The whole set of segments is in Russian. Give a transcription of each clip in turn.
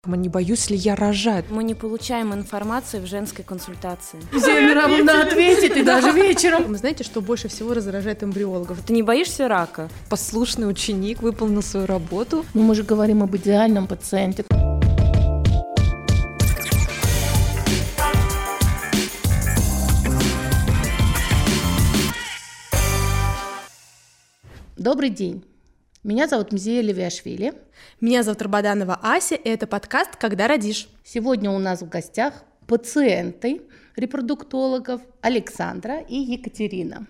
Не боюсь ли я рожать? Мы не получаем информации в женской консультации. Зелена Равна ответит, и даже вечером. Вы знаете, что больше всего раздражает эмбриологов? Ты не боишься рака? Послушный ученик выполнил свою работу. Но мы же говорим об идеальном пациенте. Добрый день. Меня зовут Мзия Левиашвили. Меня зовут Рабаданова Ася, и это подкаст «Когда родишь?». Сегодня у нас в гостях пациенты репродуктологов Александра и Екатерина.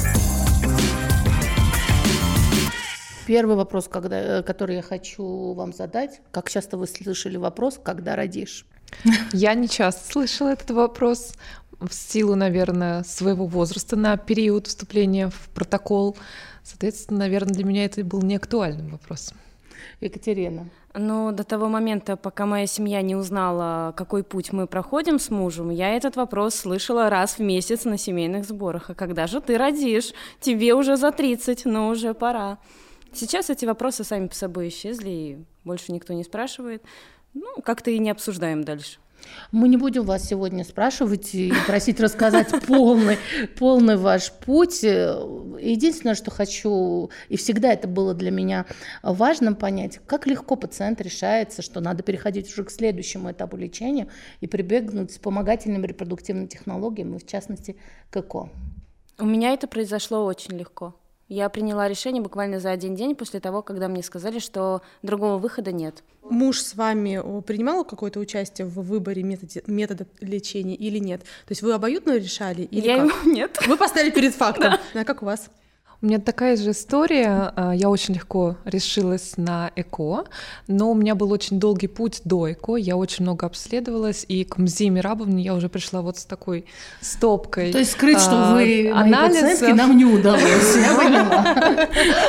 Первый вопрос, который я хочу вам задать. Как часто вы слышали вопрос «Когда родишь?». Я не часто слышала этот вопрос в силу, наверное, своего возраста на период вступления в протокол. Соответственно, наверное, для меня это был неактуальным вопросом. Екатерина. Но до того момента, пока моя семья не узнала, какой путь мы проходим с мужем, я этот вопрос слышала раз в месяц на семейных сборах. А когда же ты родишь? Тебе уже за 30, но уже пора. Сейчас эти вопросы сами по собой исчезли, и больше никто не спрашивает. Как-то и не обсуждаем дальше. Мы не будем вас сегодня спрашивать и просить рассказать полный ваш путь. Единственное, что хочу, и всегда это было для меня важно понять, как легко пациент решается, что надо переходить уже к следующему этапу лечения и прибегнуть к вспомогательным репродуктивным технологиям, и в частности к ЭКО. У меня это произошло очень легко. Я приняла решение буквально за один день после того, когда мне сказали, что другого выхода нет. Муж с вами принимал какое-то участие в выборе метода лечения или нет? То есть вы обоюдно решали? Или я как? Нет. Вы поставили перед фактом. А как у вас? У меня такая же история. Я очень легко решилась на ЭКО, но у меня был очень долгий путь до ЭКО. Я очень много обследовалась, и к Мзии Мерабовне я уже пришла вот с такой стопкой. То есть скрыть, что вы мои пациентки, анализов. нам не удалось. Я поняла.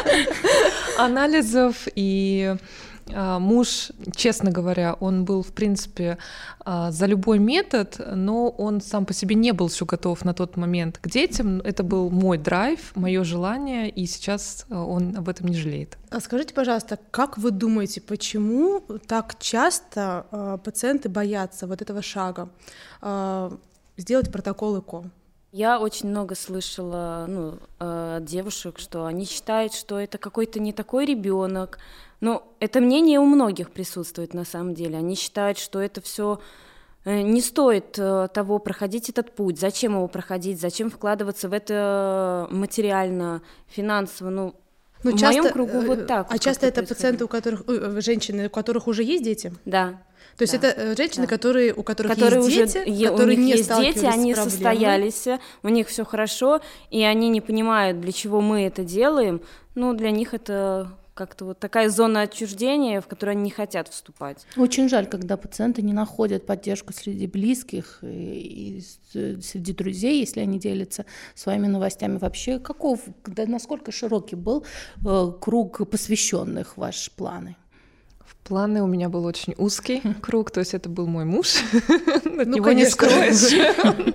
Анализов, и муж, честно говоря, он был, в принципе, за любой метод, но он сам по себе не был еще готов на тот момент к детям. Это был мой драйв, мое желание, и сейчас он об этом не жалеет. А скажите, пожалуйста, как вы думаете, почему так часто пациенты боятся вот этого шага сделать протокол ЭКО? Я очень много слышала от девушек, что они считают, что это какой-то не такой ребенок. Но это мнение у многих присутствует на самом деле. Они считают, что это все не стоит того проходить этот путь. Зачем его проходить? Зачем вкладываться в это материально, финансово? В моем кругу вот так. А часто это пациенты, женщины, у которых уже есть дети? Да. То есть это женщины, у которых есть дети, которые не есть сталкивались дети, они с проблемой. состоялись, у них все хорошо, и они не понимают, для чего мы это делаем. Для них это как-то вот такая зона отчуждения, в которую они не хотят вступать. Очень жаль, когда пациенты не находят поддержку среди близких и среди друзей, если они делятся своими новостями. Вообще, насколько широкий был круг посвященных в ваши планы? Планы у меня был очень узкий круг, то есть это был мой муж, от него не скроешь,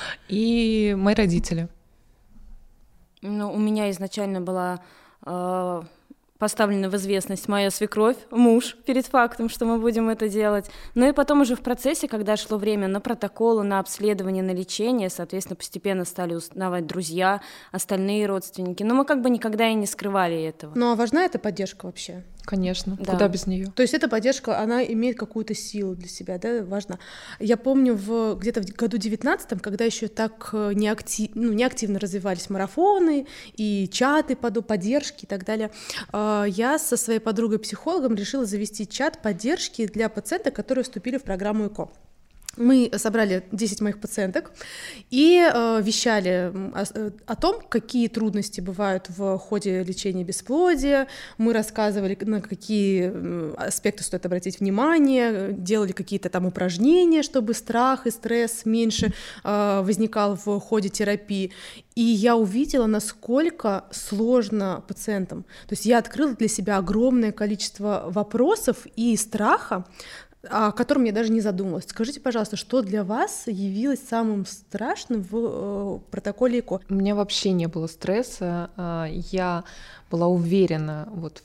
и мои родители. У меня изначально была поставлена в известность моя свекровь, муж, перед фактом, что мы будем это делать. И потом уже в процессе, когда шло время на протоколы, на обследование, на лечение, соответственно, постепенно стали узнавать друзья, остальные родственники. Но мы никогда и не скрывали этого. А важна эта поддержка вообще? Конечно, да. Куда без нее? То есть эта поддержка, она имеет какую-то силу для себя, да, важна. Я помню где-то в году 19-м, когда еще так неактивно развивались марафоны и чаты поддержки и так далее, я со своей подругой-психологом решила завести чат поддержки для пациентов, которые вступили в программу ЭКО. Мы собрали 10 моих пациенток и вещали о том, какие трудности бывают в ходе лечения бесплодия. Мы рассказывали, на какие аспекты стоит обратить внимание, делали какие-то там упражнения, чтобы страх и стресс меньше возникал в ходе терапии. И я увидела, насколько сложно пациентам. То есть я открыла для себя огромное количество вопросов и страха, о котором я даже не задумывалась. Скажите, пожалуйста, что для вас явилось самым страшным в протоколе ЭКО? У меня вообще не было стресса. Я была уверена в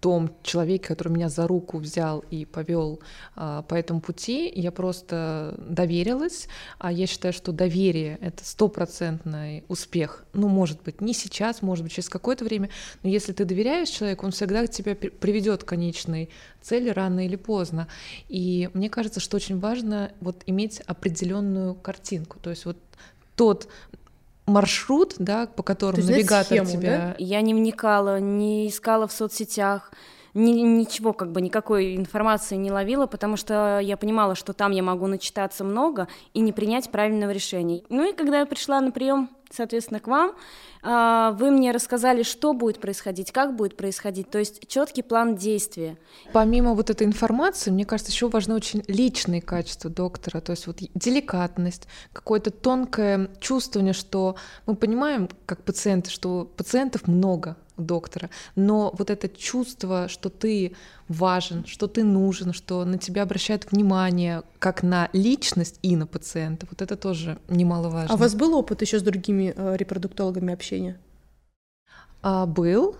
том человеке, который меня за руку взял и повел по этому пути. Я просто доверилась. А я считаю, что доверие — это 100% успех. Ну, может быть, не сейчас, может быть, через какое-то время. Но если ты доверяешь человеку, он всегда тебя приведет к конечной цели рано или поздно. И мне кажется, что очень важно вот иметь определенную картинку. То есть вот тот маршрут, да, по которому навигатор схему, тебя... да? Я не вникала, не искала в соцсетях, ничего, как бы никакой информации не ловила, потому что я понимала, что там я могу начитаться много и не принять правильного решения. Ну и когда я пришла на прием, соответственно, к вам, вы мне рассказали, что будет происходить, как будет происходить, то есть четкий план действия. Помимо вот этой информации, мне кажется, еще важны очень личные качества доктора, то есть вот деликатность, какое-то тонкое чувствование, что мы понимаем, как пациенты, что пациентов много у доктора, но вот это чувство, что ты важен, что ты нужен, что на тебя обращают внимание как на личность и на пациента, вот это тоже немаловажно. А у вас был опыт еще с другими репродуктологами общения? Был,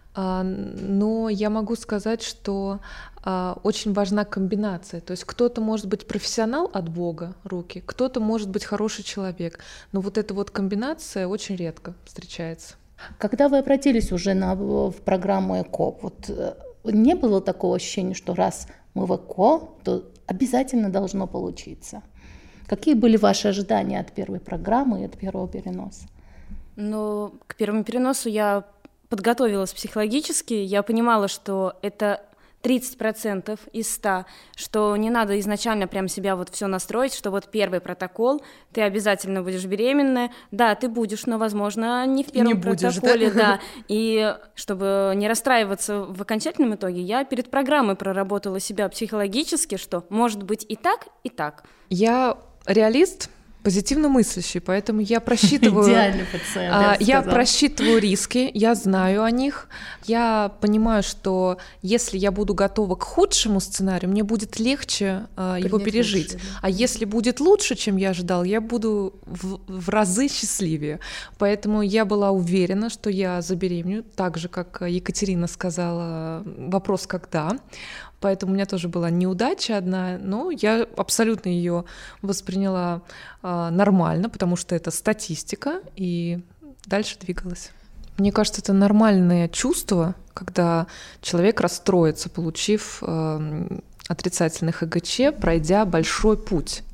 но я могу сказать, что очень важна комбинация. То есть кто-то может быть профессионал от Бога руки, кто-то может быть хороший человек, но вот эта вот комбинация очень редко встречается. Когда вы обратились уже в программу ЭКО, вот не было такого ощущения, что раз мы в ЭКО, то обязательно должно получиться? Какие были ваши ожидания от первой программы и от первого переноса? Ну, к первому переносу я подготовилась психологически, я понимала, что это 30% из 100, что не надо изначально прям себя вот все настроить, что вот первый протокол, ты обязательно будешь беременная, да, ты будешь, но, возможно, не в первом протоколе, да, и чтобы не расстраиваться в окончательном итоге, я перед программой проработала себя психологически, что может быть и так, и так. Я реалист, позитивно мыслящий, поэтому я просчитываю... Идеальный пациент, я просчитываю риски, я знаю о них, я понимаю, что если я буду готова к худшему сценарию, мне будет легче его пережить. Лучше, да. А если будет лучше, чем я ожидал, я буду в разы счастливее. Поэтому я была уверена, что я забеременею, так же, как Екатерина сказала, вопрос «когда?». Поэтому у меня тоже была неудача одна, но я абсолютно ее восприняла нормально, потому что это статистика, и дальше двигалась. Мне кажется, это нормальное чувство, когда человек расстроится, получив отрицательных ЭГЧ, пройдя большой путь.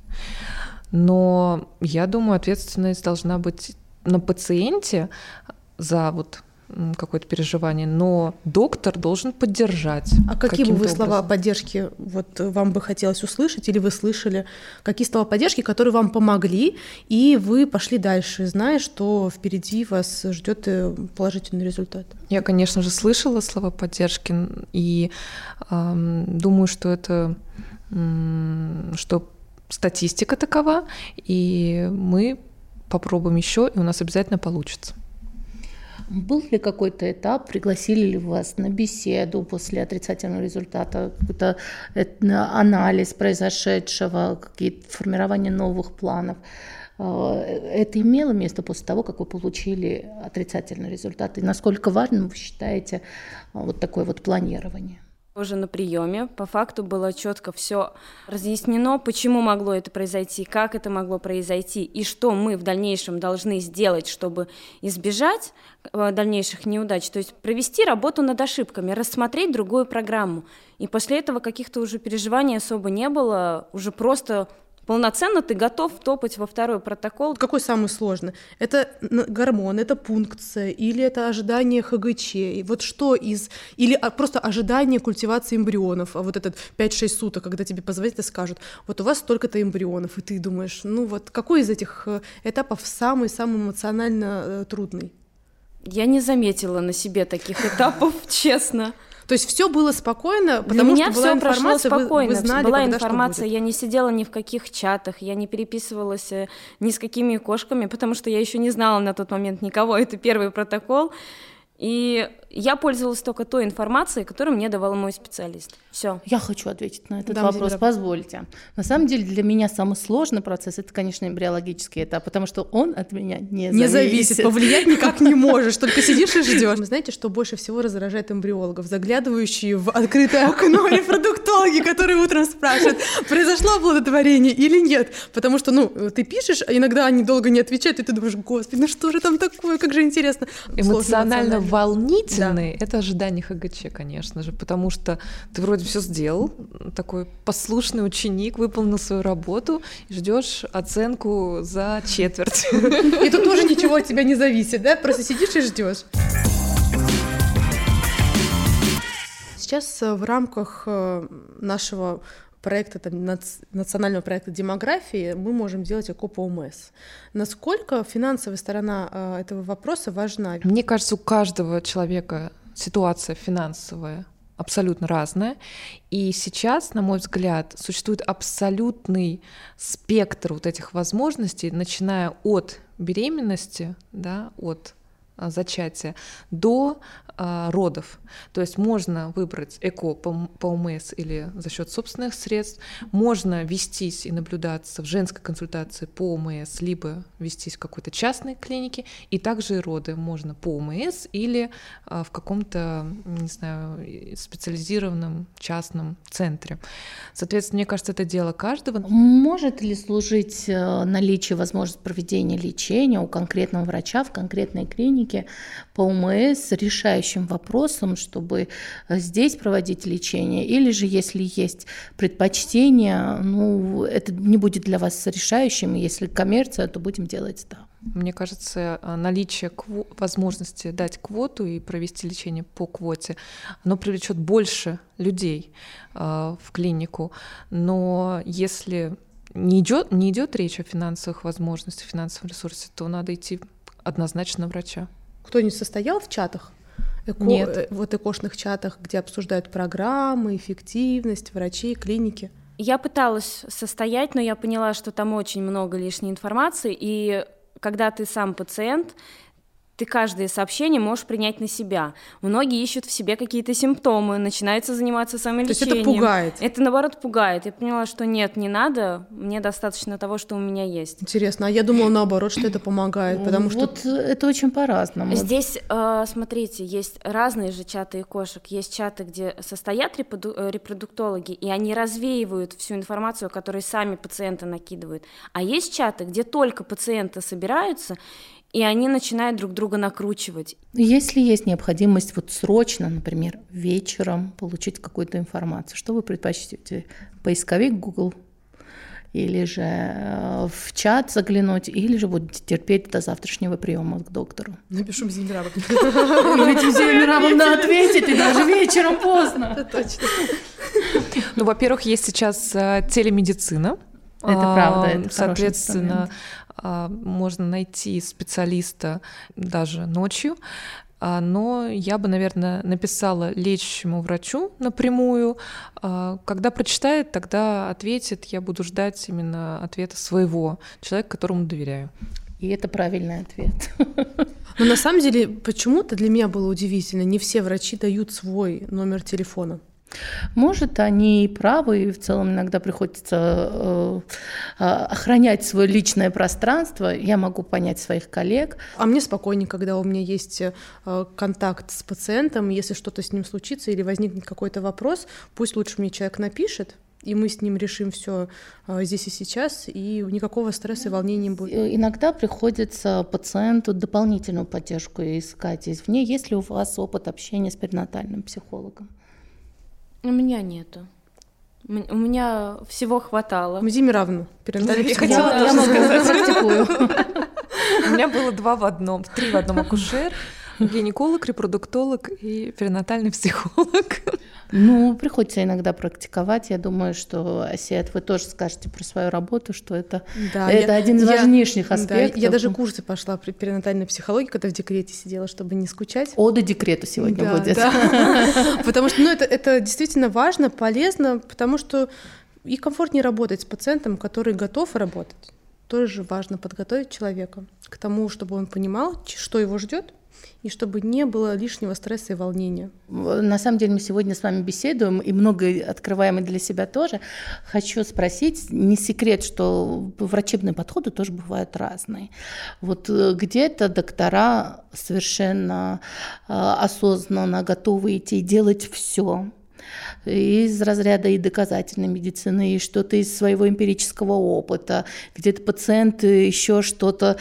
Но я думаю, ответственность должна быть на пациенте за вот какое-то переживание, но доктор должен поддержать. А какие бы вы слова поддержки вот вам бы хотелось услышать, или вы слышали, какие слова поддержки, которые вам помогли, и вы пошли дальше, зная, что впереди вас ждет положительный результат? Я, конечно же, слышала слова поддержки, и думаю, что это что статистика такова, и мы попробуем еще, и у нас обязательно получится. Был ли какой-то этап, пригласили ли вас на беседу после отрицательного результата, какой-то анализ произошедшего, какие-то формирование новых планов? Это имело место после того, как вы получили отрицательный результат? И насколько важным вы считаете вот такое вот планирование? Уже на приеме по факту было четко все разъяснено, почему могло это произойти, как это могло произойти и что мы в дальнейшем должны сделать, чтобы избежать дальнейших неудач, то есть провести работу над ошибками, рассмотреть другую программу. И после этого каких-то уже переживаний особо не было, уже просто полноценно ты готов топать во второй протокол. Какой самый сложный? Это гормон, это пункция, или это ожидание ХГЧ? И вот что из... Или просто ожидание культивации эмбрионов, а вот этот 5-6 суток, когда тебе позвонят и скажут, вот у вас столько-то эмбрионов, и ты думаешь, ну вот какой из этих этапов самый-самый эмоционально трудный? Я не заметила на себе таких этапов, честно. То есть все было спокойно, потому что была информация, вы знали, была когда информация, что будет. Я не сидела ни в каких чатах, я не переписывалась ни с какими кошками, потому что я еще не знала на тот момент никого, это первый протокол. И я пользовалась только той информацией, которую мне давал мой специалист. Все. Я хочу ответить на этот вопрос, позвольте. На самом деле для меня самый сложный процесс — это, конечно, эмбриологический этап, потому что он от меня не зависит. Повлиять никак не можешь, только сидишь и ждешь. Вы знаете, что больше всего раздражает эмбриологов? Заглядывающие в открытое окно репродуктологи, которые утром спрашивают, произошло оплодотворение или нет. Потому что, ты пишешь, а иногда они долго не отвечают, и ты думаешь, господи, что же там такое, как же интересно. Эмоционально волнительный — это ожидание ХГЧ, конечно же, потому что ты вроде все сделал, такой послушный ученик, выполнил свою работу, и ждешь оценку за четверть. И тут тоже ничего от тебя не зависит, да? Просто сидишь и ждешь. Сейчас в рамках нашего проекта, национального проекта демографии мы можем делать ЭКО по ОМС. Насколько финансовая сторона этого вопроса важна? Мне кажется, у каждого человека ситуация финансовая абсолютно разная. И сейчас, на мой взгляд, существует абсолютный спектр вот этих возможностей, начиная от беременности, да, от зачатия до родов. То есть можно выбрать ЭКО по ОМС или за счет собственных средств, можно вестись и наблюдаться в женской консультации по ОМС, либо вестись в какой-то частной клинике, и также и роды можно по ОМС или в каком-то, не знаю, специализированном частном центре. Соответственно, мне кажется, это дело каждого. Может ли служить наличие возможности проведения лечения у конкретного врача в конкретной клинике по ОМС решающим вопросом, чтобы здесь проводить лечение, или же, если есть предпочтение, это не будет для вас решающим, если коммерция, то будем делать да. Мне кажется, наличие возможности дать квоту и провести лечение по квоте, оно привлечет больше людей в клинику, но если не идет речь о финансовых возможностях, финансовом ресурсе, то надо идти однозначно на врача. Кто-нибудь состоял в чатах? Нет. Вот ЭКОшных чатах, где обсуждают программы, эффективность, врачи, клиники? Я пыталась состоять, но я поняла, что там очень много лишней информации, и когда ты сам пациент, ты каждое сообщение можешь принять на себя. Многие ищут в себе какие-то симптомы, начинаются заниматься самолечением. То есть это пугает? Это, наоборот, пугает. Я поняла, что нет, не надо, мне достаточно того, что у меня есть. Интересно, а я думала наоборот, что это помогает, потому что... Вот это очень по-разному. Здесь, смотрите, есть разные же чаты ЭКОшек. Есть чаты, где состоят репродуктологи, и они развеивают всю информацию, которую сами пациенты накидывают. А есть чаты, где только пациенты собираются, и они начинают друг друга накручивать. Если есть необходимость срочно, например, вечером получить какую-то информацию, что вы предпочтете? Поисковик Google? Или же в чат заглянуть? Или же будете терпеть до завтрашнего приема к доктору? Напишу Мзия Мирабовна. Ведь Мзия Мирабовна ответит, и даже вечером поздно. Это точно. Во-первых, есть сейчас телемедицина. Это правда, это соответственно, можно найти специалиста даже ночью, но я бы, наверное, написала лечащему врачу напрямую. Когда прочитает, тогда ответит. Я буду ждать именно ответа своего человека, которому доверяю. И это правильный ответ. Но на самом деле, почему-то для меня было удивительно, не все врачи дают свой номер телефона. Может, они и правы, и в целом иногда приходится охранять свое личное пространство. Я могу понять своих коллег. А мне спокойнее, когда у меня есть контакт с пациентом, если что-то с ним случится или возникнет какой-то вопрос, пусть лучше мне человек напишет, и мы с ним решим все здесь и сейчас, и никакого стресса и волнения не будет. Иногда приходится пациенту дополнительную поддержку искать извне. Есть ли у вас опыт общения с перинатальным психологом? У меня нету. У меня всего хватало. Мзия Мирабовна, перинатальный психолог. Я могу практикую. У меня было 3 в одном: акушер, гинеколог, репродуктолог и перинатальный психолог. Приходится иногда практиковать. Я думаю, что, Асият, вы тоже скажете про свою работу, что это один из важнейших аспектов. Я даже курсы пошла при перинатальной психологии, когда в декрете сидела, чтобы не скучать. Ода декрету сегодня будет. Да. Потому что это действительно важно, полезно, потому что и комфортнее работать с пациентом, который готов работать. Тоже важно подготовить человека к тому, чтобы он понимал, что его ждет, и чтобы не было лишнего стресса и волнения. На самом деле мы сегодня с вами беседуем и многое открываем и для себя тоже. Хочу спросить, не секрет, что врачебные подходы тоже бывают разные. Вот где-то доктора совершенно осознанно готовы идти и делать все из разряда и доказательной медицины, и что-то из своего эмпирического опыта, где-то пациент еще что-то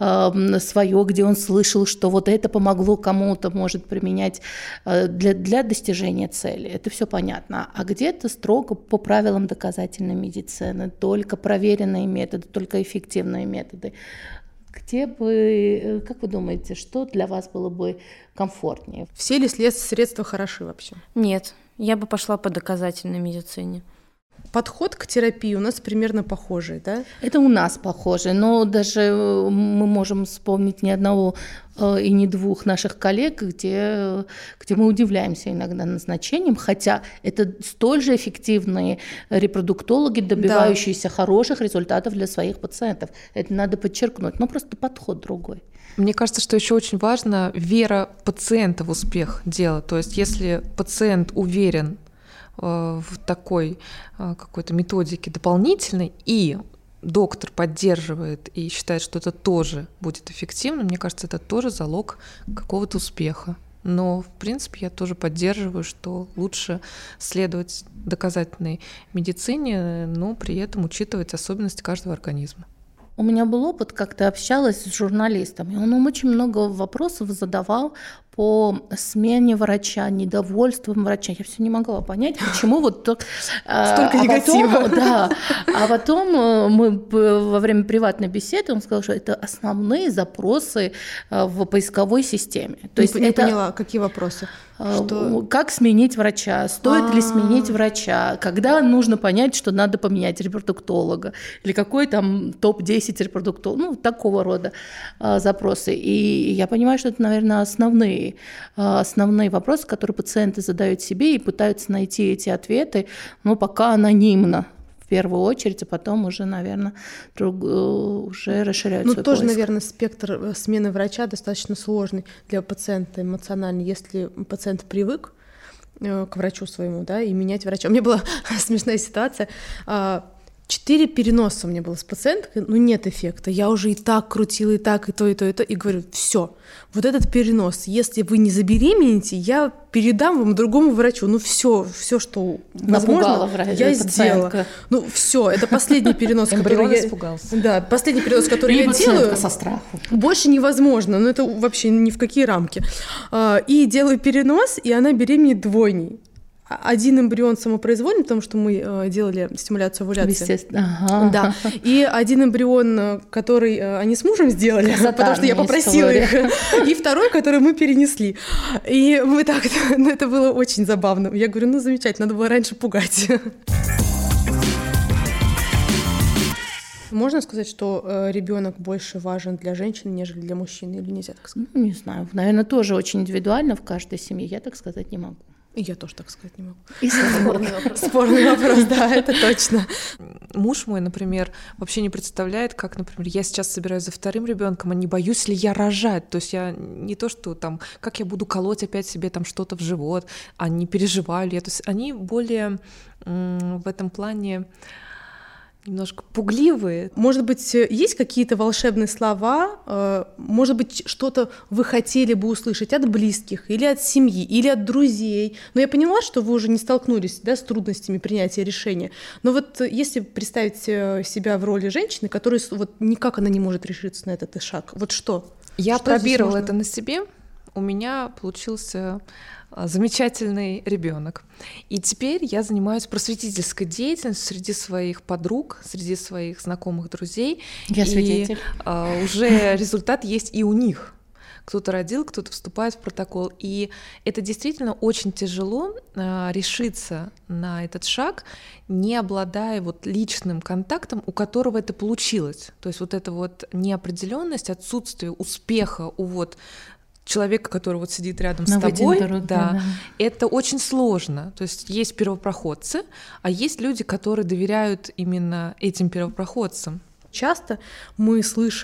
свое, где он слышал, что вот это помогло кому-то, может применять для достижения цели. Это все понятно. А где-то строго по правилам доказательной медицины, только проверенные методы, только эффективные методы. Где бы, как вы думаете, что для вас было бы комфортнее? Все ли средства хороши вообще? Нет, я бы пошла по доказательной медицине. Подход к терапии у нас примерно похожий, да? Это у нас похоже, но даже мы можем вспомнить ни одного и не двух наших коллег, где мы удивляемся иногда назначением, хотя это столь же эффективные репродуктологи, добивающиеся хороших результатов для своих пациентов. Это надо подчеркнуть, но просто подход другой. Мне кажется, что еще очень важна вера пациента в успех дела. То есть если пациент уверен в такой какой-то методике дополнительной, и доктор поддерживает и считает, что это тоже будет эффективно, мне кажется, это тоже залог какого-то успеха. Но, в принципе, я тоже поддерживаю, что лучше следовать доказательной медицине, но при этом учитывать особенности каждого организма. У меня был опыт, как-то общалась с журналистом, и он им очень много вопросов задавал по смене врача, недовольством врача. Я все не могла понять, почему вот так. Столько негатива. Да. А потом мы во время приватной беседы, он сказал, что это основные запросы в поисковой системе. То есть не поняла, какие вопросы? Что? Как сменить врача? Стоит ли сменить врача? Когда нужно понять, что надо поменять репродуктолога? Или какой там топ-10 репродуктологов? Ну, такого рода запросы. И я понимаю, что это, наверное, основные вопросы, которые пациенты задают себе и пытаются найти эти ответы, но пока анонимно. В первую очередь, а потом уже, наверное, уже расширяют свой тоже, поиск. наверное, спектр смены врача достаточно сложный для пациента эмоционально. Если пациент привык к врачу своему, да, и менять врача. У меня была смешная ситуация. 4 переноса у меня было с пациенткой, но нет эффекта. Я уже и так крутила, и так, и то, и то, и то. И говорю, все, вот этот перенос, если вы не забеременеете, я передам вам другому врачу. Ну все, что возможно, я сделала. Ну все, это последний перенос, который я... испугался. Да, последний перенос, который я делаю. Со страху. Больше невозможно, но это вообще ни в какие рамки. И делаю перенос, и она беременеет двойней. Один эмбрион самопроизвольный, потому что мы делали стимуляцию овуляции. Естественно. Ага. Да. И один эмбрион, который они с мужем сделали, потому что я попросила их. И второй, который мы перенесли. И мы так, ну это было очень забавно. Я говорю, ну замечательно, надо было раньше пугать. Можно сказать, что ребенок больше важен для женщины, нежели для мужчины, или нельзя так сказать? Ну, не знаю. Наверное, тоже очень индивидуально в каждой семье. Я так сказать не могу. И я тоже так сказать не могу. И спорный вопрос. Спорный вопрос, да, это точно. Муж мой, например, вообще не представляет, как, например, я сейчас собираюсь за вторым ребенком, а не боюсь ли я рожать. То есть я не то, что там, как я буду колоть опять себе там что-то в живот, а не переживаю ли я. То есть они более в этом плане немножко пугливые. Может быть, есть какие-то волшебные слова, может быть, что-то вы хотели бы услышать от близких, или от семьи, или от друзей. Но я поняла, что вы уже не столкнулись, да, с трудностями принятия решения. Но вот если представить себя в роли женщины, которая вот никак она не может решиться на этот шаг, вот что? Я пробировала это на себе. У меня получился замечательный ребенок. И теперь я занимаюсь просветительской деятельностью среди своих подруг, среди своих знакомых, друзей. Я свидетель. И уже результат есть и у них. Кто-то родил, кто-то вступает в протокол. И это действительно очень тяжело решиться на этот шаг, не обладая вот личным контактом, у которого это получилось. То есть вот эта вот неопределенность, отсутствие успеха у вот человека, который вот сидит рядом с тобой, да, это очень сложно. То есть есть первопроходцы, а есть люди, которые доверяют именно этим первопроходцам. Часто мы слышим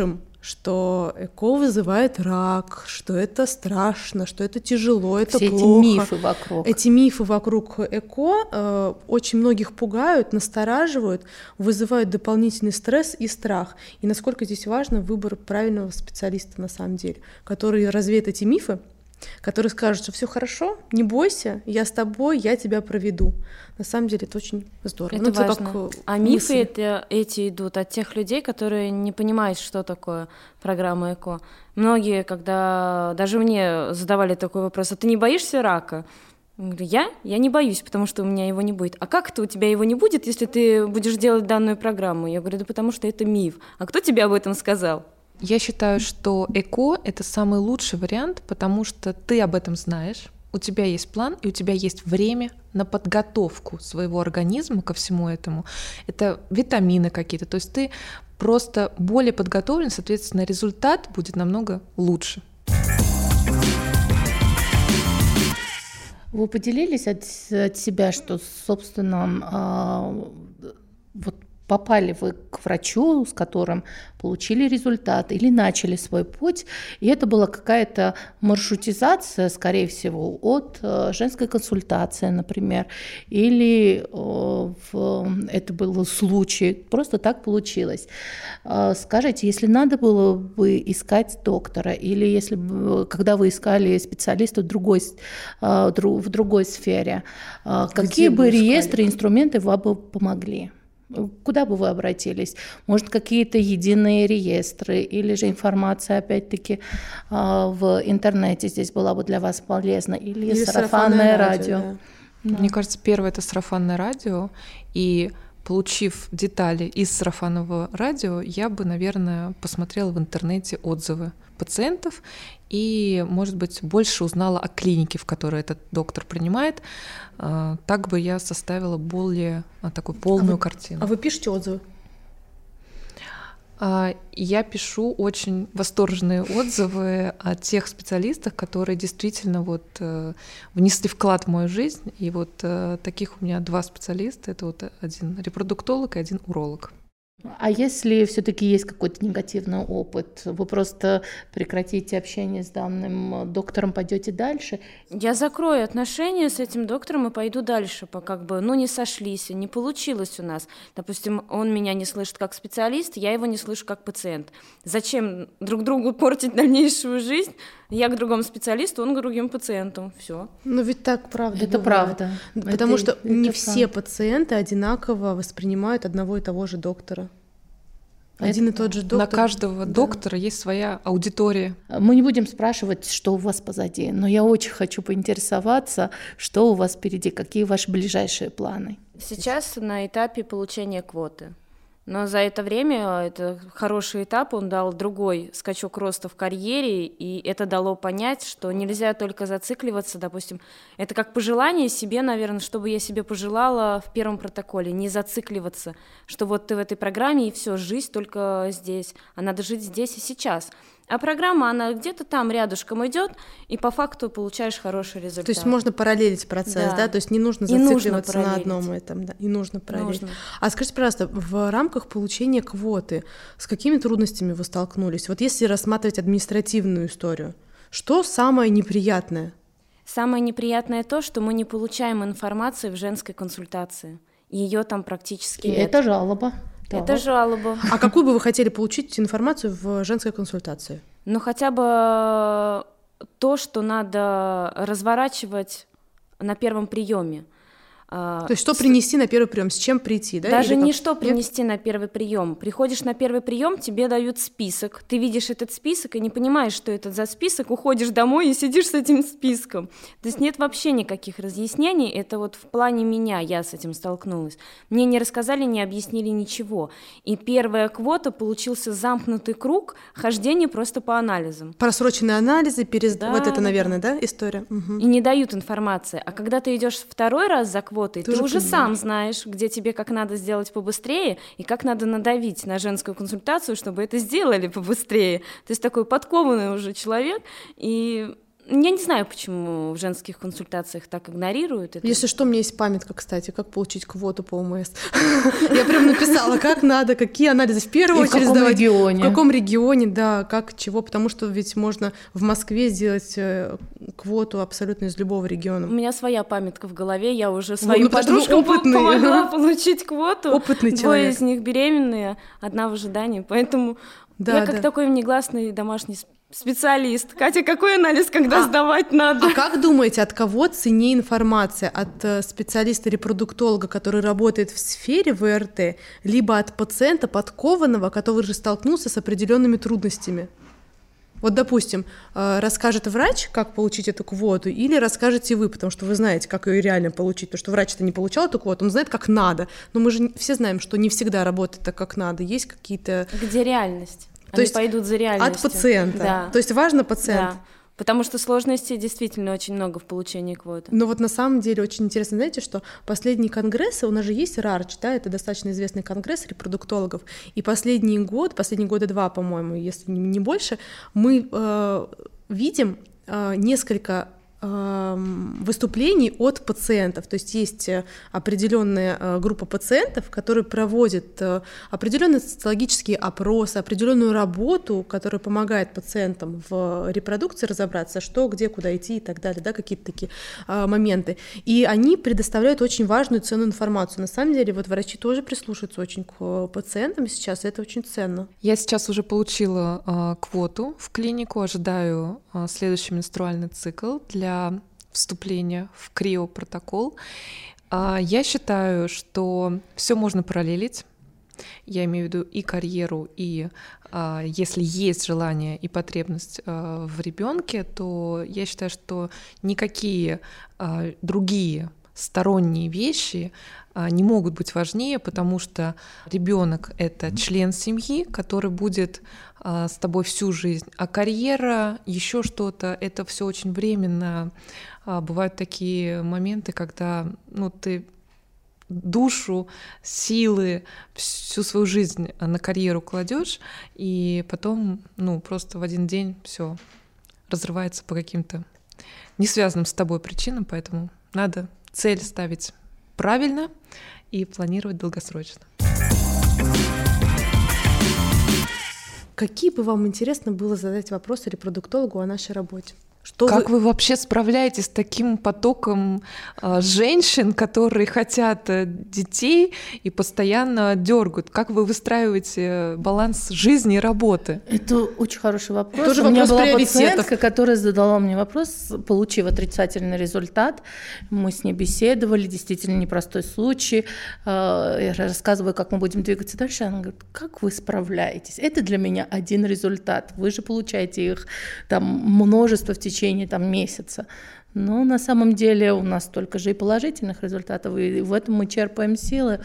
что ЭКО вызывает рак, что это страшно, что это тяжело, это все плохо. Эти мифы вокруг. Эти мифы вокруг ЭКО очень многих пугают, настораживают, вызывают дополнительный стресс и страх. И насколько здесь важно выбор правильного специалиста на самом деле, который развеет эти мифы, который скажет, что все хорошо, не бойся, я с тобой, я тебя проведу. На самом деле это очень здорово. Это важно. А мифы эти идут от тех людей, которые не понимают, что такое программа ЭКО. Многие, когда даже мне задавали такой вопрос: а ты не боишься рака? Я говорю, я не боюсь, потому что у меня его не будет. А как это у тебя его не будет, если ты будешь делать данную программу? Я говорю, да потому что это миф. А кто тебе об этом сказал? Я считаю, что ЭКО — это самый лучший вариант, потому что ты об этом знаешь, у тебя есть план, и у тебя есть время на подготовку своего организма ко всему этому. Это витамины какие-то, то есть ты просто более подготовлен, соответственно, результат будет намного лучше. Вы поделились от себя, что, собственно, вот попали вы к врачу, с которым получили результат или начали свой путь, и это была какая-то маршрутизация, скорее всего, от женской консультации, например, или это был случай, просто так получилось. Скажите, если надо было бы искать доктора, или если бы, когда вы искали специалиста в другой сфере, какие бы реестры, инструменты вам бы помогли? Куда бы вы обратились? Может, какие-то единые реестры или же информация, опять-таки, в интернете здесь была бы для вас полезна? Или сарафанное радио? Да. Мне кажется, первое — это сарафанное радио, и получив детали из сарафанного радио, я бы, наверное, посмотрела в интернете отзывы пациентов и, может быть, больше узнала о клинике, в которой этот доктор принимает. Так бы я составила более такую полную картину. А вы пишете отзывы? Я пишу очень восторженные отзывы о тех специалистах, которые действительно внесли вклад в мою жизнь. И таких у меня 2 специалиста. Это один репродуктолог и один уролог. А если все-таки есть какой-то негативный опыт, вы просто прекратите общение с данным доктором, пойдете дальше? Я закрою отношения с этим доктором и пойду дальше, не сошлись, не получилось у нас. Допустим, он меня не слышит как специалист, я его не слышу как пациент. Зачем друг другу портить дальнейшую жизнь? Я к другому специалисту, он к другим пациентам. Все. Но ведь так правда. Это бывает. Правда. Потому что не все пациенты одинаково воспринимают одного и того же доктора. Один и тот же доктор. На каждого доктора есть своя аудитория. Мы не будем спрашивать, что у вас позади, но я очень хочу поинтересоваться, что у вас впереди, какие ваши ближайшие планы. Сейчас на этапе получения квоты. Но за это время, это хороший этап, он дал другой скачок роста в карьере, и это дало понять, что нельзя только зацикливаться, допустим, это как пожелание себе, наверное, чтобы я себе пожелала в первом протоколе, не зацикливаться, что вот ты в этой программе, и все, жизнь только здесь, а надо жить здесь и сейчас. А программа, она где-то там рядышком идет, и по факту получаешь хороший результат. То есть можно параллелить процесс, да? То есть не нужно зацикливаться на одном этом, да? И нужно параллелить. А скажите, пожалуйста, в рамках получения квоты с какими трудностями вы столкнулись? Вот если рассматривать административную историю, что самое неприятное? Самое неприятное то, что мы не получаем информацию в женской консультации. Ее там практически нет. Это жалоба. Это жалоба. А какую бы вы хотели получить информацию в женской консультации? Ну, хотя бы то, что надо разворачивать на первом приеме. То есть что принести на первый прием, с чем прийти, да? Даже не что принести на первый прием. Приходишь на первый прием, тебе дают список, ты видишь этот список и не понимаешь, что это за список, уходишь домой и сидишь с этим списком. То есть нет вообще никаких разъяснений, это вот в плане меня я с этим столкнулась. Мне не рассказали, не объяснили ничего. И первая квота получился замкнутый круг хождения просто по анализам. Просроченные анализы, вот это, наверное, да, история? Угу. И не дают информации. А когда ты идешь второй раз за квотой, ты уже сам знаешь, где тебе как надо сделать побыстрее и как надо надавить на женскую консультацию, чтобы это сделали побыстрее. То есть такой подкованный уже человек, и Я не знаю, почему в женских консультациях так игнорируют это. Если что, у меня есть памятка, кстати, как получить квоту по ОМС. Я прям написала, как надо, какие анализы в первую очередь сдавать. В каком регионе, да, как, чего, потому что ведь можно в Москве сделать квоту абсолютно из любого региона. У меня своя памятка в голове, я уже своим подружкам помогла получить квоту. Опытный человек. Двое из них беременные, одна в ожидании, поэтому я как такой негласный домашний специалист. Катя, какой анализ, когда сдавать надо? А как думаете, от кого ценнее информация? От специалиста-репродуктолога, который работает в сфере ВРТ, либо от пациента подкованного, который же столкнулся с определенными трудностями? Вот, допустим, расскажет врач, как получить эту квоту, или расскажете вы, потому что вы знаете, как ее реально получить, потому что врач-то не получал эту квоту, он знает, как надо, но мы же все знаем, что не всегда работает так, как надо, есть какие-то... Где реальность? То есть пойдут за реальностью. От пациента. Да. То есть важно пациент. Да. Потому что сложностей действительно очень много в получении квоты. Но вот на самом деле очень интересно, знаете, что последние конгрессы, у нас же есть РАРЧ, да, это достаточно известный конгресс репродуктологов, и последние года 2, по-моему, если не больше, мы видим несколько выступлений от пациентов. То есть есть определенная группа пациентов, которые проводят определенные социологические опросы, определенную работу, которая помогает пациентам в репродукции разобраться, что, где, куда идти и так далее, да, какие-то такие моменты. И они предоставляют очень важную и ценную информацию. На самом деле вот врачи тоже прислушиваются очень к пациентам сейчас, и это очень ценно. Я сейчас уже получила квоту в клинику, ожидаю следующий менструальный цикл для вступления в криопротокол. Я считаю, что все можно параллелить. Я имею в виду и карьеру, и если есть желание и потребность в ребенке, то я считаю, что никакие другие сторонние вещи не могут быть важнее, потому что ребенок — это член семьи, который будет с тобой всю жизнь, а карьера, еще что-то, это все очень временно. Бывают такие моменты, когда ты душу, силы, всю свою жизнь на карьеру кладешь, и потом, просто в один день все разрывается по каким-то не связанным с тобой причинам, поэтому надо цель ставить правильно и планировать долгосрочно. Какие бы вам интересно было задать вопросы репродуктологу о нашей работе? Как вы вообще справляетесь с таким потоком женщин, которые хотят детей и постоянно дергают? Как вы выстраиваете баланс жизни и работы? Это очень хороший вопрос. Тоже У меня вопрос была приоритетов. пациентка, которая задала мне вопрос, получив отрицательный результат. Мы с ней беседовали, действительно непростой случай. Я рассказываю, как мы будем двигаться дальше. Она говорит: как вы справляетесь? Это для меня один результат. Вы же получаете их там множество в течение месяца. Но на самом деле у нас столько же и положительных результатов, и в этом мы черпаем силы.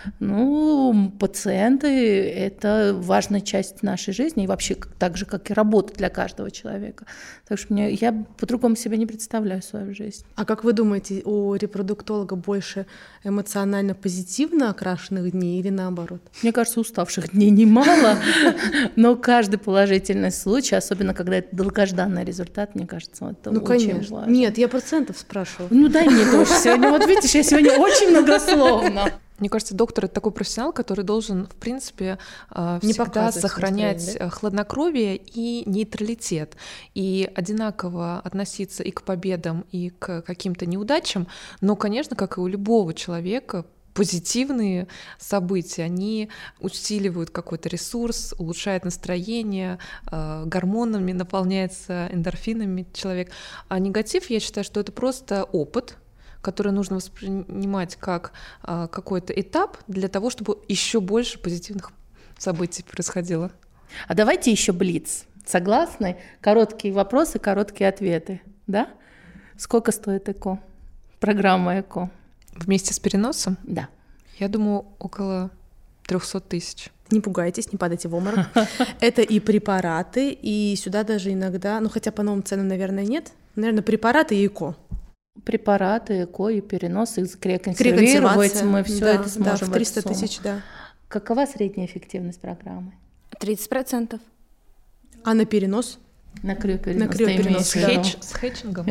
Пациенты — это важная часть нашей жизни, и вообще так же, как и работа для каждого человека. Так что я по-другому себе не представляю свою жизнь. А как вы думаете, у репродуктолога больше эмоционально позитивно окрашенных дней или наоборот? Мне кажется, уставших дней немало, но каждый положительный случай, особенно когда это долгожданный результат, мне кажется, это очень важно. Нет, я пациентов спрашиваю. Дай мне тоже сегодня. Вот видишь, я сегодня очень многословна. Мне кажется, доктор — это такой профессионал, который должен, в принципе, всегда сохранять хладнокровие и нейтралитет, и одинаково относиться и к победам, и к каким-то неудачам. Но, конечно, как и у любого человека, позитивные события, они усиливают какой-то ресурс, улучшают настроение, гормонами наполняется, эндорфинами человек. А негатив, я считаю, что это просто опыт, который нужно воспринимать как какой-то этап для того, чтобы еще больше позитивных событий происходило. А давайте еще блиц. Согласны? Короткие вопросы, короткие ответы. Да? Сколько стоит ЭКО? Программа ЭКО. Вместе с переносом? Да. Я думаю, около 300 тысяч. Не пугайтесь, не падайте в обморок. Это и препараты, и сюда даже иногда, хотя по новым ценам, наверное, нет. Наверное, препараты и ЭКО. Препараты, ЭКО и перенос, их реконсервировать, мы все это сможем. В 300 тысяч, да. Какова средняя эффективность программы? 30%. А на перенос? На крёперенос. С хэтчингом.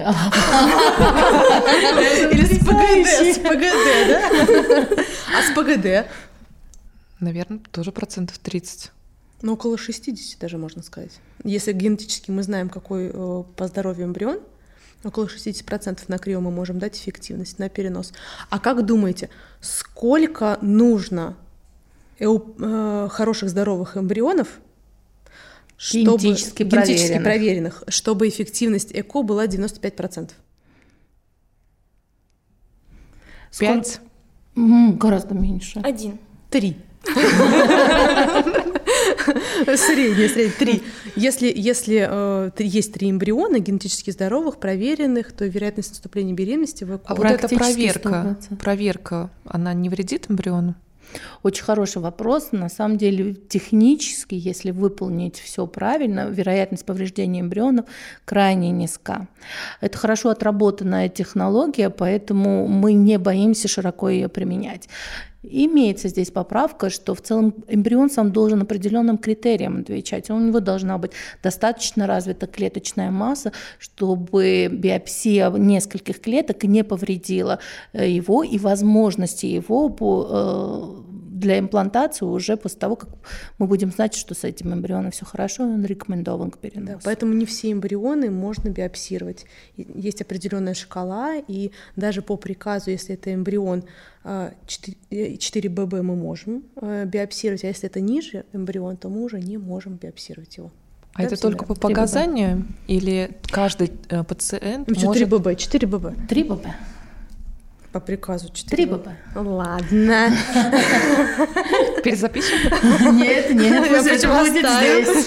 Или с ПГД, да? А с ПГД? Наверное, тоже 30%. Ну, около 60 даже, можно сказать. Если генетически мы знаем, какой по здоровью эмбрион, около 60% на крио мы можем дать эффективность на перенос. А как думаете, сколько нужно хороших здоровых эмбрионов, генетически проверенных, чтобы эффективность ЭКО была 95%? 5? Гораздо меньше. 1. 3. Средний, 3. Если есть 3 эмбриона генетически здоровых, проверенных, то вероятность наступления беременности в ЭКО. А вот эта проверка, она не вредит эмбриону? Очень хороший вопрос. На самом деле, технически, если выполнить все правильно, вероятность повреждения эмбрионов крайне низка. Это хорошо отработанная технология, поэтому мы не боимся широко ее применять. Имеется здесь поправка, что в целом эмбрион сам должен определенным критериям отвечать. У него должна быть достаточно развита клеточная масса, чтобы биопсия нескольких клеток не повредила его и возможности его для имплантации уже после того, как мы будем знать, что с этим эмбрионом все хорошо, он рекомендован к переносу. Да, поэтому не все эмбрионы можно биопсировать. Есть определенная шкала, и даже по приказу, если это эмбрион 4 ББ, мы можем биопсировать, а если это ниже эмбрион, то мы уже не можем биопсировать его. А это только по показанию или каждый пациент 4 ББ, 4 ББ. 3 ББ. По приказу 4 3 ББ. Ладно. Перезапишем? Нет, пусть будет здесь.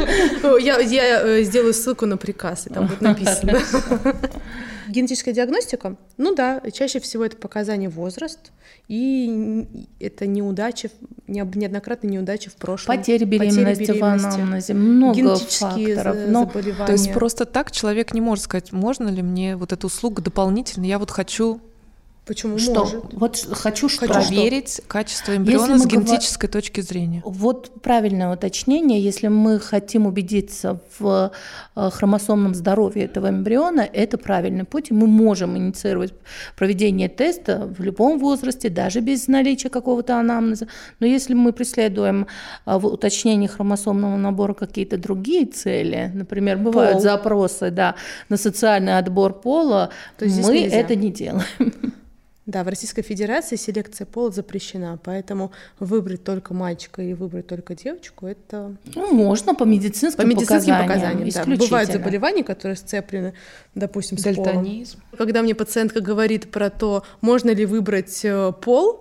Я сделаю ссылку на приказ, и там будет написано. Генетическая диагностика, ну да, чаще всего это показания возраст, и это неоднократные неудачи в прошлом. Потери беременности в анамнезе, много факторов. Заболевания. То есть просто так человек не может сказать, можно ли мне вот эту услугу дополнительно, я вот хочу... Почему что? Может? Вот хочу что? Проверить качество эмбриона с генетической точки зрения. Вот правильное уточнение. Если мы хотим убедиться в хромосомном здоровье этого эмбриона, это правильный путь. И мы можем инициировать проведение теста в любом возрасте, даже без наличия какого-то анамнеза. Но если мы преследуем в уточнении хромосомного набора какие-то другие цели, например, бывают запросы на социальный отбор пола, то мы это не делаем. Да, в Российской Федерации селекция пола запрещена, поэтому выбрать только мальчика и выбрать только девочку — это... можно по медицинским показаниям. Да. Бывают заболевания, которые сцеплены, допустим, с полом. Дальтонизм. Когда мне пациентка говорит про то, можно ли выбрать пол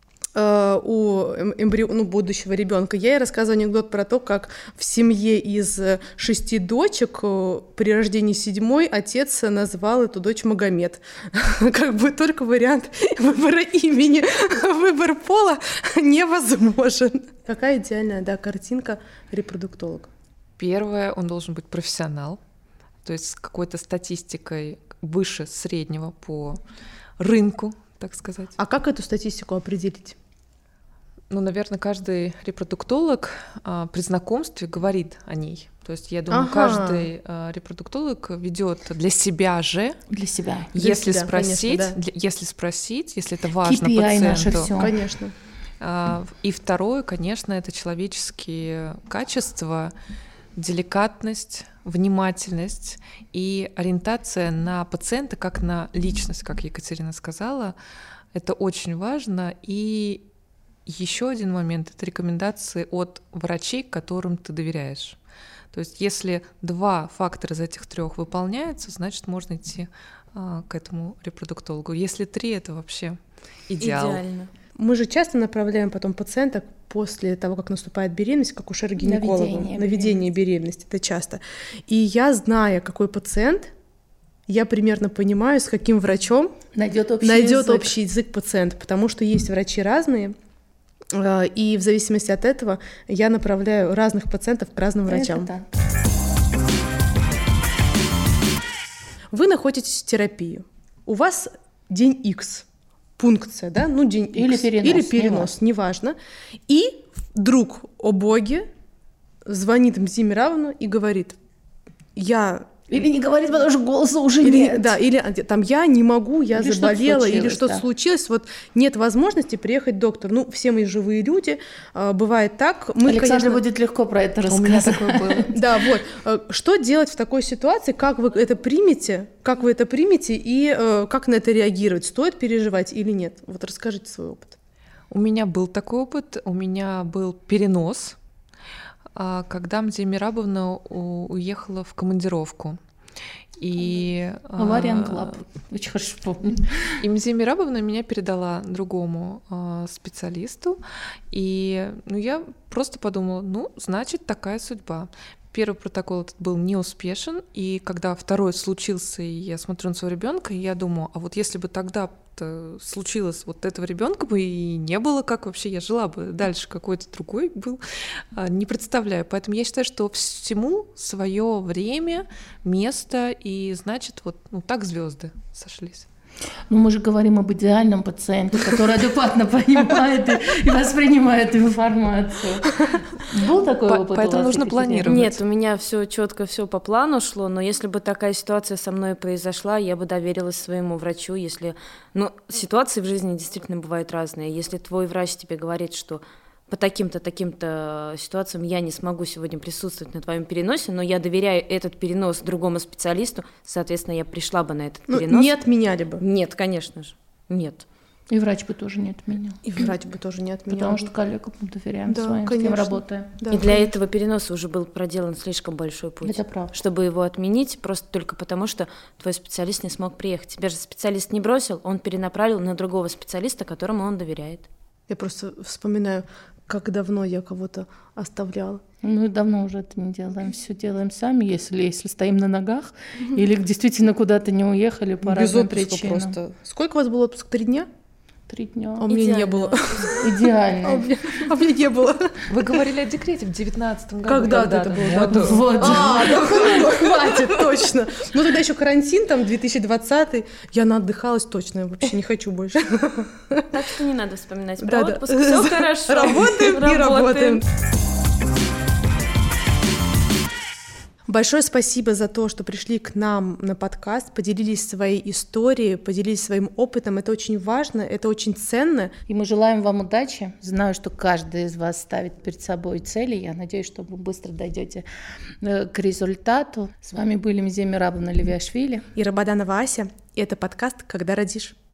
у будущего ребенка, я ей рассказываю анекдот про то, как в семье из 6 дочек при рождении 7-й отец назвал эту дочь Магомед. Как бы только вариант выбора имени, выбор пола невозможен. Какая идеальная, картинка репродуктолога? Первое, он должен быть профессионал, то есть с какой-то статистикой выше среднего по рынку, так сказать. А как эту статистику определить? Ну, наверное, каждый репродуктолог при знакомстве говорит о ней. То есть, я думаю, каждый репродуктолог ведет для себя же. Для себя. Если спросить, если это важно KPI пациенту. Наше всё. Конечно. И второе, конечно, это человеческие качества, деликатность, внимательность и ориентация на пациента как на личность, как Екатерина сказала. Это очень важно. И еще один момент — это рекомендации от врачей, которым ты доверяешь. То есть если 2 фактора из этих 3 выполняются, значит, можно идти к этому репродуктологу. Если 3 — это вообще идеал. Идеально. Мы же часто направляем потом пациенток после того, как наступает беременность, к акушеру-гинекологу. Наведение беременности, это часто. И я, зная, какой пациент, я примерно понимаю, с каким врачом найдет общий язык пациент, потому что есть врачи разные, и в зависимости от этого я направляю разных пациентов к разным врачам. Вы находитесь в терапии, у вас день X, пункция, да, день X, или перенос, неважно. И вдруг, о боге, звонит Мзимир Равну и говорит: Или не говорит, потому что голоса уже или, нет. Да, или там я не могу, я или заболела, или что-то случилось, вот нет возможности приехать к доктору. Ну, все мы живые люди, бывает так. Александре будет легко про это рассказать. У меня такое было. Да, вот. Что делать в такой ситуации, как вы это примете и как на это реагировать? Стоит переживать или нет? Вот расскажите свой опыт. У меня был такой опыт, у меня был перенос, когда Мзея Мерабовна уехала в командировку. И Вариант Клаб. Очень хорошо помню. И Мзея Мерабовна меня передала другому специалисту. И я просто подумала, значит, такая судьба. Первый протокол этот был неуспешен, и когда второй случился, и я смотрю на своего ребенка, я думаю, а вот если бы тогда случилось вот этого ребенка бы и не было, как вообще я жила бы дальше, какой-то другой был, не представляю. Поэтому я считаю, что всему свое время, место, и значит, так звезды сошлись. Но мы же говорим об идеальном пациенте, который адекватно понимает и воспринимает информацию. Был такой опыт? Поэтому нужно планировать. Нет, у меня все четко, все по плану шло, но если бы такая ситуация со мной произошла, я бы доверилась своему врачу, если... ситуации в жизни действительно бывают разные. Если твой врач тебе говорит, что по таким-то ситуациям я не смогу сегодня присутствовать на твоем переносе, но я доверяю этот перенос другому специалисту, соответственно, я пришла бы на этот перенос. Не отменяли бы? Нет, конечно же, нет. И врач бы тоже не отменял. Потому что коллегам мы доверяем своим, конечно. с кем работаем. Да, и для этого переноса уже был проделан слишком большой путь. Это правда. Чтобы его отменить, просто только потому, что твой специалист не смог приехать. Тебя же специалист не бросил, он перенаправил на другого специалиста, которому он доверяет. Я просто вспоминаю, как давно я кого-то оставляла. Мы давно уже это не делаем, все делаем сами, если стоим на ногах, или действительно куда-то не уехали по разным причинам. Просто. Сколько у вас был отпуск? 3 дня? 3 дня. А у меня не было. Идеально. А у меня не было. Вы говорили о декрете в 19-м году. Когда-то это было. Вот. Хватит, точно. Тогда еще карантин, 2020. Я наотдыхалась точно, я вообще не хочу больше. Так что не надо вспоминать про отпуск, все хорошо. Работаем и работаем. Большое спасибо за то, что пришли к нам на подкаст, поделились своей историей, поделились своим опытом. Это очень важно, это очень ценно. И мы желаем вам удачи. Знаю, что каждый из вас ставит перед собой цели. Я надеюсь, что вы быстро дойдете к результату. С вами были Мзея Мерабовна Левиашвили и Рабаданова Ася. И это подкаст «Когда родишь».